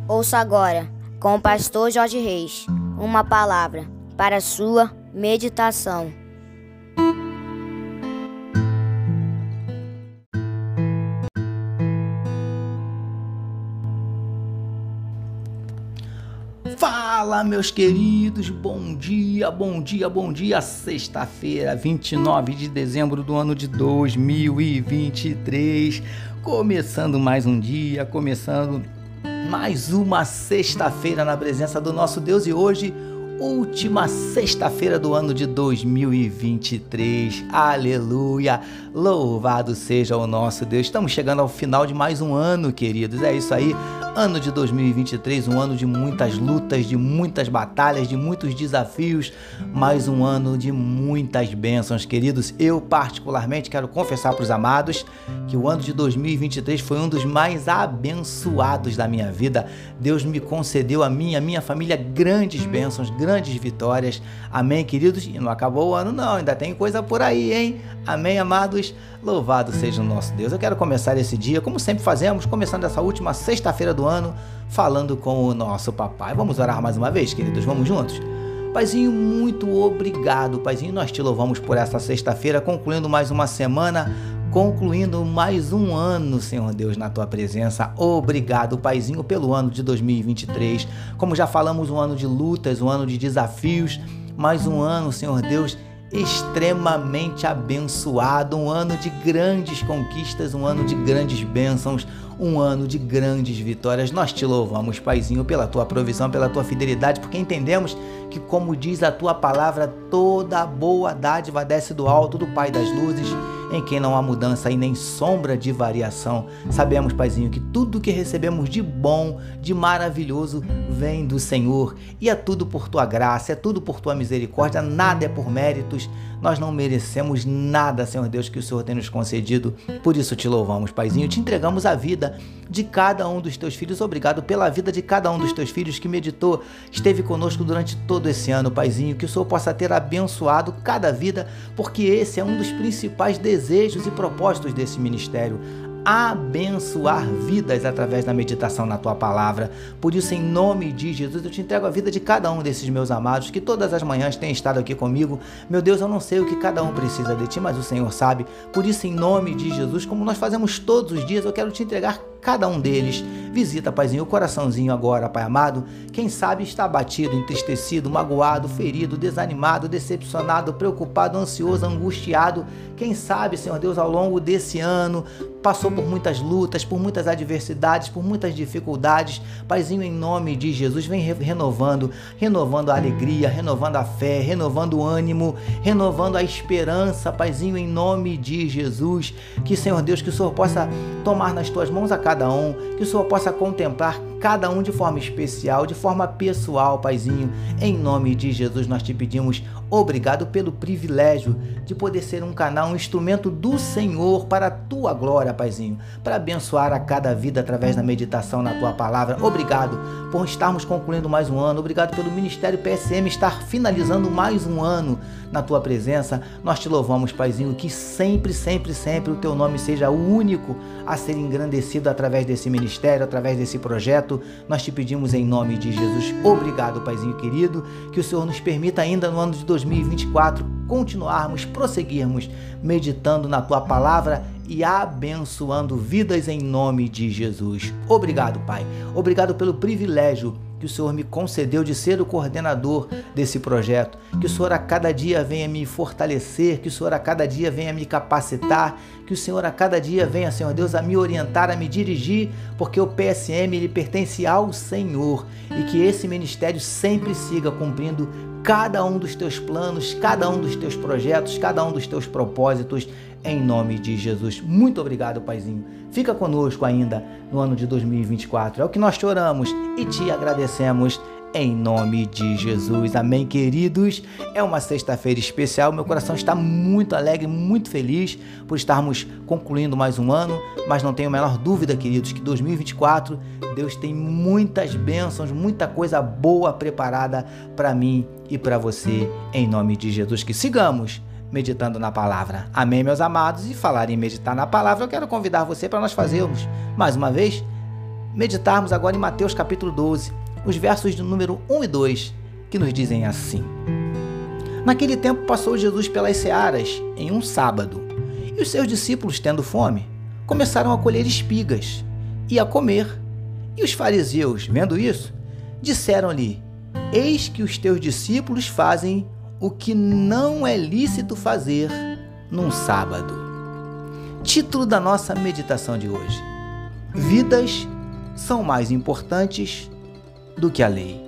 Ouça agora, com o pastor Jorge Reis, uma palavra para a sua meditação. Fala, meus queridos, bom dia, bom dia, bom dia. Sexta-feira, 29 de dezembro do ano de 2023, começando mais um dia, começando mais uma sexta-feira na presença do nosso Deus e hoje, última sexta-feira do ano de 2023, aleluia, louvado seja o nosso Deus. Estamos chegando ao final de mais um ano, queridos, é isso aí, ano de 2023, um ano de muitas lutas, de muitas batalhas, de muitos desafios, mais um ano de muitas bênçãos, queridos. Eu particularmente quero confessar para os amados que o ano de 2023 foi um dos mais abençoados da minha vida. Deus me concedeu a minha família grandes bênçãos, grandes vitórias, amém, queridos? E não acabou o ano não, ainda tem coisa por aí, hein? Amém, amados? Louvado seja o nosso Deus. Eu quero começar esse dia, como sempre fazemos, começando essa última sexta-feira do ano, falando com o nosso papai. Vamos orar mais uma vez, queridos? Vamos juntos? Paizinho, muito obrigado, Paizinho. Nós te louvamos por essa sexta-feira, concluindo mais uma semana, concluindo mais um ano, Senhor Deus, na Tua presença. Obrigado, Paizinho, pelo ano de 2023. Como já falamos, um ano de lutas, um ano de desafios, mais um ano, Senhor Deus, extremamente abençoado, um ano de grandes conquistas, um ano de grandes bênçãos, um ano de grandes vitórias. Nós te louvamos, Paizinho, pela Tua provisão, pela Tua fidelidade, porque entendemos que, como diz a Tua palavra, toda boa dádiva desce do alto do Pai das luzes, em quem não há mudança e nem sombra de variação. Sabemos, Paizinho, que tudo que recebemos de bom, de maravilhoso, vem do Senhor, e é tudo por Tua graça, é tudo por Tua misericórdia, nada é por méritos, nós não merecemos nada, Senhor Deus, que o Senhor tem nos concedido. Por isso te louvamos, Paizinho, te entregamos a vida de cada um dos Teus filhos. Obrigado pela vida de cada um dos Teus filhos que meditou, esteve conosco durante todo esse ano, Paizinho, que o Senhor possa ter abençoado cada vida, porque esse é um dos principais desejos e propósitos desse ministério, abençoar vidas através da meditação na Tua palavra. Por isso, em nome de Jesus, eu te entrego a vida de cada um desses meus amados que todas as manhãs têm estado aqui comigo. Meu Deus, eu não sei o que cada um precisa de Ti, mas o Senhor sabe. Por isso, em nome de Jesus, como nós fazemos todos os dias, eu quero te entregar cada um deles. Visita, Paizinho, o coraçãozinho agora, Pai amado. Quem sabe está abatido, entristecido, magoado, ferido, desanimado, decepcionado, preocupado, ansioso, angustiado. Quem sabe, Senhor Deus, ao longo desse ano passou por muitas lutas, por muitas adversidades, por muitas dificuldades. Paizinho, em nome de Jesus, vem renovando a alegria, renovando a fé, renovando o ânimo, renovando a esperança, Paizinho, em nome de Jesus. Que, Senhor Deus, que o Senhor possa tomar nas Tuas mãos a cada um, que o Senhor possa contemplar cada um de forma especial, de forma pessoal, Paizinho. Em nome de Jesus, nós te pedimos obrigado pelo privilégio de poder ser um canal, um instrumento do Senhor para a Tua glória, Paizinho, para abençoar a cada vida através da meditação na Tua palavra. Obrigado por estarmos concluindo mais um ano, obrigado pelo Ministério PSM estar finalizando mais um ano na Tua presença. Nós te louvamos, Paizinho, que sempre, sempre, sempre o Teu nome seja o único a ser engrandecido através desse ministério, através desse projeto. Nós te pedimos em nome de Jesus. Obrigado, Paizinho querido, que o Senhor nos permita ainda no ano de 2024 continuarmos, prosseguirmos meditando na Tua palavra e abençoando vidas em nome de Jesus. Obrigado, Pai. Obrigado pelo privilégio que o Senhor me concedeu de ser o coordenador desse projeto, que o Senhor a cada dia venha me fortalecer, que o Senhor a cada dia venha me capacitar, que o Senhor a cada dia venha, Senhor Deus, a me orientar, a me dirigir, porque o PSM ele pertence ao Senhor e que esse ministério sempre siga cumprindo cada um dos Teus planos, cada um dos Teus projetos, cada um dos Teus propósitos, em nome de Jesus. Muito obrigado, Paizinho. Fica conosco ainda no ano de 2024. É o que nós te oramos e te agradecemos em nome de Jesus. Amém, queridos? É uma sexta-feira especial. Meu coração está muito alegre, muito feliz por estarmos concluindo mais um ano, mas não tenho a menor dúvida, queridos, que 2024 Deus tem muitas bênçãos, muita coisa boa preparada para mim e para você, em nome de Jesus. Que sigamos meditando na palavra. Amém, meus amados? E falar em meditar na palavra, eu quero convidar você para nós fazermos, mais uma vez, meditarmos agora em Mateus capítulo 12, os versos de número 1 e 2, que nos dizem assim: Naquele tempo passou Jesus pelas searas em um sábado, e os seus discípulos, tendo fome, começaram a colher espigas e a comer. E os fariseus, vendo isso, disseram-lhe: Eis que os teus discípulos fazem o que não é lícito fazer num sábado. Título da nossa meditação de hoje: Vidas são mais importantes do que a lei.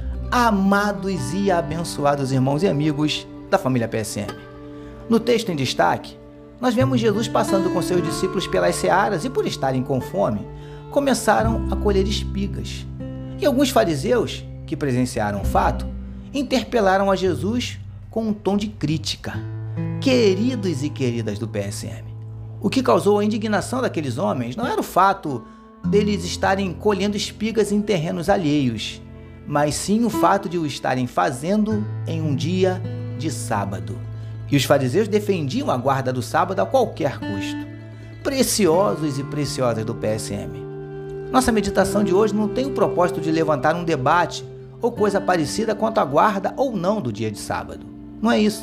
Amados e abençoados irmãos e amigos da família PSM. No texto em destaque, nós vemos Jesus passando com seus discípulos pelas searas e, por estarem com fome, começaram a colher espigas. E alguns fariseus, que presenciaram o fato, interpelaram a Jesus com um tom de crítica. Queridos e queridas do PSM, o que causou a indignação daqueles homens não era o fato deles estarem colhendo espigas em terrenos alheios, mas sim o fato de o estarem fazendo em um dia de sábado. E os fariseus defendiam a guarda do sábado a qualquer custo. Preciosos e preciosas do PSM. Nossa meditação de hoje não tem o propósito de levantar um debate ou coisa parecida quanto à guarda ou não do dia de sábado. Não é isso.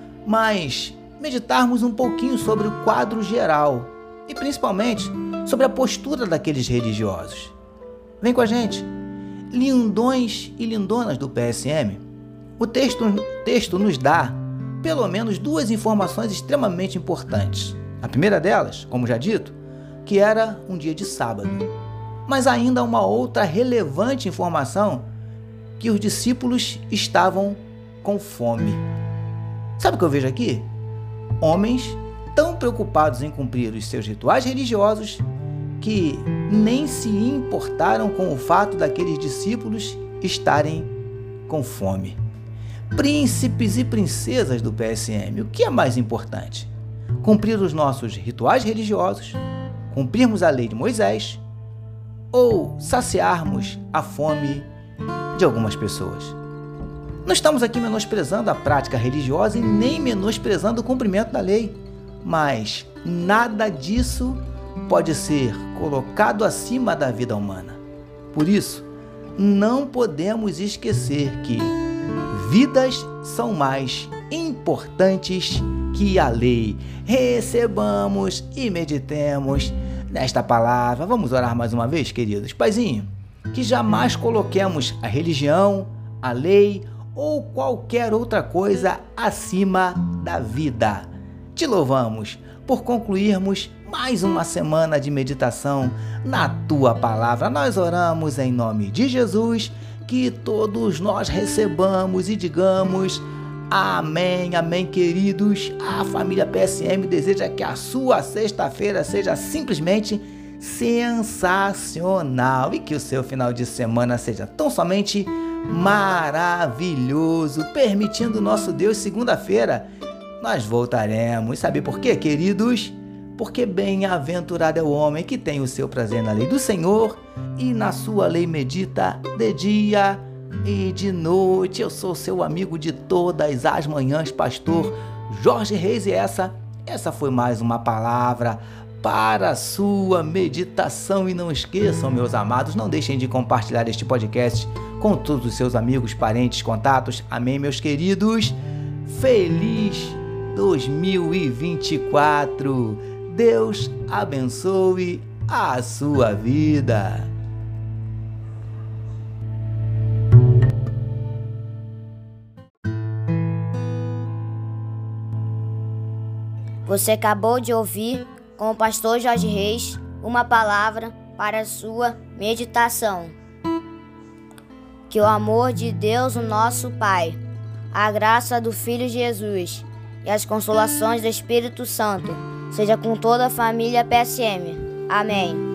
Mas meditarmos um pouquinho sobre o quadro geral e principalmente sobre a postura daqueles religiosos. Vem com a gente. Lindões e lindonas do PSM, o texto nos dá pelo menos duas informações extremamente importantes. A primeira delas, como já dito, que era um dia de sábado. Mas ainda uma outra relevante informação, que os discípulos estavam com fome. Sabe o que eu vejo aqui? Homens tão preocupados em cumprir os seus rituais religiosos que nem se importaram com o fato daqueles discípulos estarem com fome. Príncipes e princesas do PSM, o que é mais importante? Cumprir os nossos rituais religiosos, cumprirmos a lei de Moisés ou saciarmos a fome de algumas pessoas? Não estamos aqui menosprezando a prática religiosa e nem menosprezando o cumprimento da lei, mas nada disso pode ser colocado acima da vida humana. Por isso, não podemos esquecer que vidas são mais importantes que a lei. Recebamos e meditemos nesta palavra. Vamos orar mais uma vez, queridos. Paizinho, que jamais coloquemos a religião, a lei ou qualquer outra coisa acima da vida. Te louvamos por concluirmos mais uma semana de meditação na Tua Palavra. Nós oramos em nome de Jesus, que todos nós recebamos e digamos amém, amém, queridos. A família PSM deseja que a sua sexta-feira seja simplesmente sensacional e que o seu final de semana seja tão somente maravilhoso. Permitindo nosso Deus, segunda-feira nós voltaremos. Sabe por quê, queridos? Porque bem-aventurado é o homem que tem o seu prazer na lei do Senhor e na sua lei medita de dia e de noite. Eu sou seu amigo de todas as manhãs, pastor Jorge Reis, e essa foi mais uma palavra para a sua meditação. E não esqueçam, meus amados, não deixem de compartilhar este podcast com todos os seus amigos, parentes, contatos. Amém, meus queridos. Feliz 2024. Deus abençoe a sua vida. Você acabou de ouvir, com o pastor Jorge Reis, uma palavra para a sua meditação. Que o amor de Deus, o nosso Pai, a graça do Filho Jesus e as consolações do Espírito Santo seja com toda a família PSM. Amém.